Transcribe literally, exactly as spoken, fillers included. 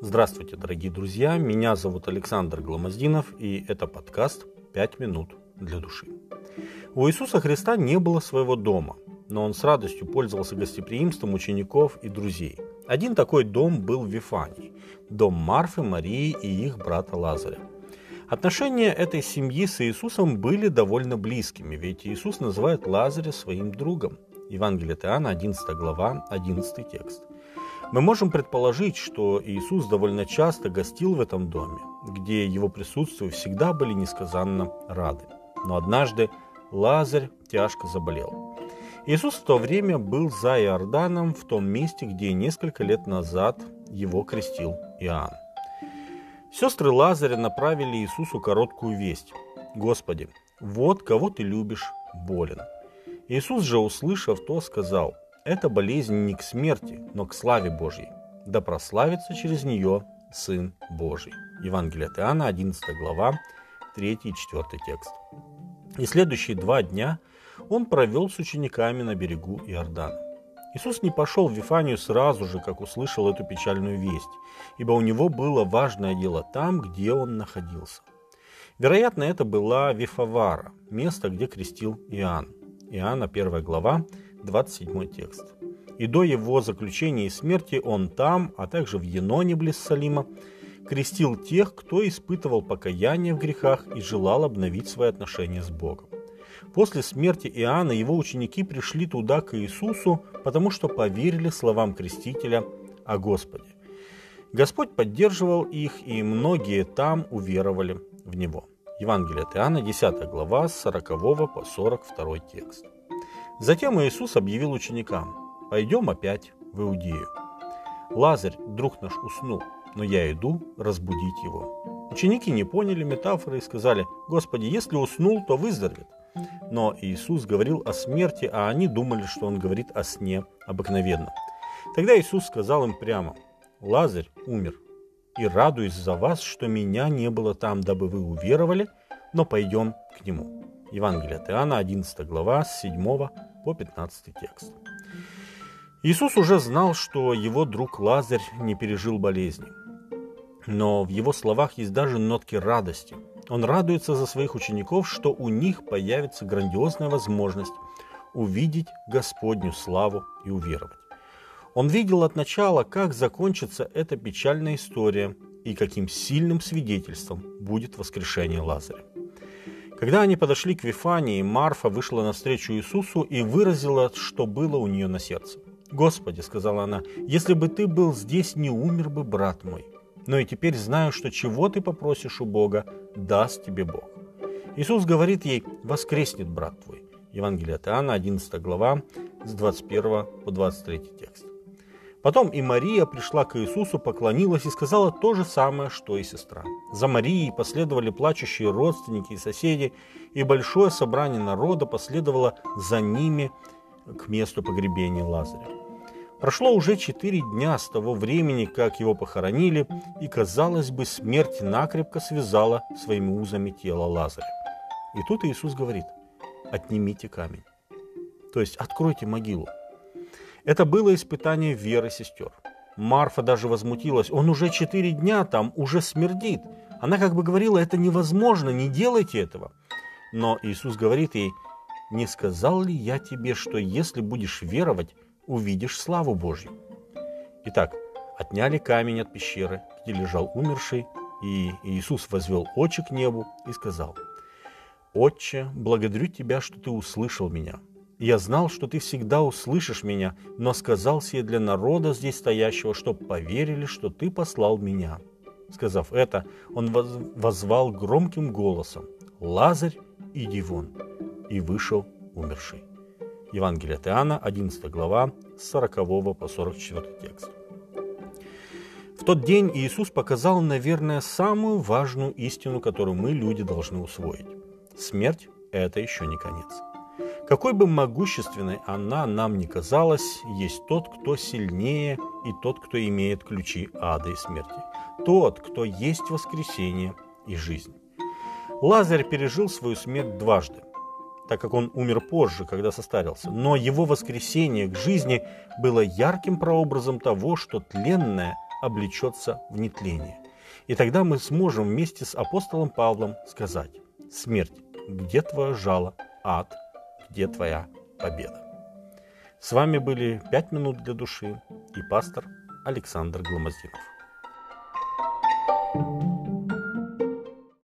Здравствуйте, дорогие друзья, меня зовут Александр Гломоздинов, и это подкаст «пять минут для души». У Иисуса Христа не было своего дома, но Он с радостью пользовался гостеприимством учеников и друзей. Один такой дом был в Вифании, дом Марфы, Марии и их брата Лазаря. Отношения этой семьи с Иисусом были довольно близкими, ведь Иисус называет Лазаря своим другом. Евангелие от Иоанна, одиннадцатая глава, одиннадцатый текст. Мы можем предположить, что Иисус довольно часто гостил в этом доме, где его присутствию всегда были несказанно рады. Но однажды Лазарь тяжко заболел. Иисус в то время был за Иорданом, в том месте, где несколько лет назад его крестил Иоанн. Сестры Лазаря направили Иисусу короткую весть: «Господи, вот кого ты любишь, болен». Иисус же, услышав то, сказал: «Эта болезнь не к смерти, но к славе Божьей, да прославится через нее Сын Божий». Евангелие от Иоанна, одиннадцатая глава, третий и четвёртый текст. И следующие два дня Он провел с учениками на берегу Иордана. Иисус не пошел в Вифанию сразу же, как услышал эту печальную весть, ибо у Него было важное дело там, где Он находился. Вероятно, это была Вифавара, место, где крестил Иоанн. Иоанна, первая глава, двадцать седьмой текст. «И до его заключения и смерти он там, а также в Еноне близ Салима, крестил тех, кто испытывал покаяние в грехах и желал обновить свои отношения с Богом. После смерти Иоанна его ученики пришли туда к Иисусу, потому что поверили словам крестителя о Господе. Господь поддерживал их, и многие там уверовали в Него». Евангелие от Иоанна, десятая глава, с сорокового по сорок второй текст. Затем Иисус объявил ученикам: «Пойдем опять в Иудею. Лазарь, друг наш, уснул, но я иду разбудить его». Ученики не поняли метафоры и сказали: «Господи, если уснул, то выздоровеет». Но Иисус говорил о смерти, а они думали, что Он говорит о сне обыкновенном. Тогда Иисус сказал им прямо: «Лазарь умер, и радуюсь за вас, что меня не было там, дабы вы уверовали, но пойдем к нему». Евангелие от Иоанна, одиннадцатая глава, с седьмого по пятнадцатый текст. Иисус уже знал, что его друг Лазарь не пережил болезни. Но в его словах есть даже нотки радости. Он радуется за своих учеников, что у них появится грандиозная возможность увидеть Господню славу и уверовать. Он видел от начала, как закончится эта печальная история и каким сильным свидетельством будет воскрешение Лазаря. Когда они подошли к Вифании, Марфа вышла навстречу Иисусу и выразила, что было у нее на сердце. «Господи, — сказала она, — если бы ты был здесь, не умер бы брат мой. Но и теперь знаю, что чего ты попросишь у Бога, даст тебе Бог». Иисус говорит ей: «Воскреснет брат твой». Евангелие от Иоанна, одиннадцатая глава, с двадцать первого по двадцать третий текст. Потом и Мария пришла к Иисусу, поклонилась и сказала то же самое, что и сестра. За Марией последовали плачущие родственники и соседи, и большое собрание народа последовало за ними к месту погребения Лазаря. Прошло уже четыре дня с того времени, как его похоронили, и, казалось бы, смерть накрепко связала своими узами тело Лазаря. И тут Иисус говорит: «Отнимите камень», то есть откройте могилу. Это было испытание веры сестер. Марфа даже возмутилась: «Он уже четыре дня там, уже смердит». Она как бы говорила: «Это невозможно, не делайте этого». Но Иисус говорит ей: «Не сказал ли я тебе, что если будешь веровать, увидишь славу Божью?» Итак, отняли камень от пещеры, где лежал умерший, и Иисус возвел очи к небу и сказал: «Отче, благодарю тебя, что ты услышал меня. Я знал, что ты всегда услышишь меня, но сказал сие для народа здесь стоящего, чтоб поверили, что ты послал меня». Сказав это, он воззвал громким голосом: «Лазарь, иди вон!» И вышел умерший. Евангелие от Иоанна, одиннадцатая глава, с сорокового по сорок четвёртый текст. В тот день Иисус показал, наверное, самую важную истину, которую мы, люди, должны усвоить. Смерть – это еще не конец. Какой бы могущественной она нам ни казалась, есть тот, кто сильнее, и тот, кто имеет ключи ада и смерти. Тот, кто есть воскресение и жизнь. Лазарь пережил свою смерть дважды, так как он умер позже, когда состарился. Но его воскресение к жизни было ярким прообразом того, что тленное облечется в нетление. И тогда мы сможем вместе с апостолом Павлом сказать: смерть, где твое жало? Ад, где твоя победа? С вами были «Пять минут для души» и пастор Александр Гломоздинов.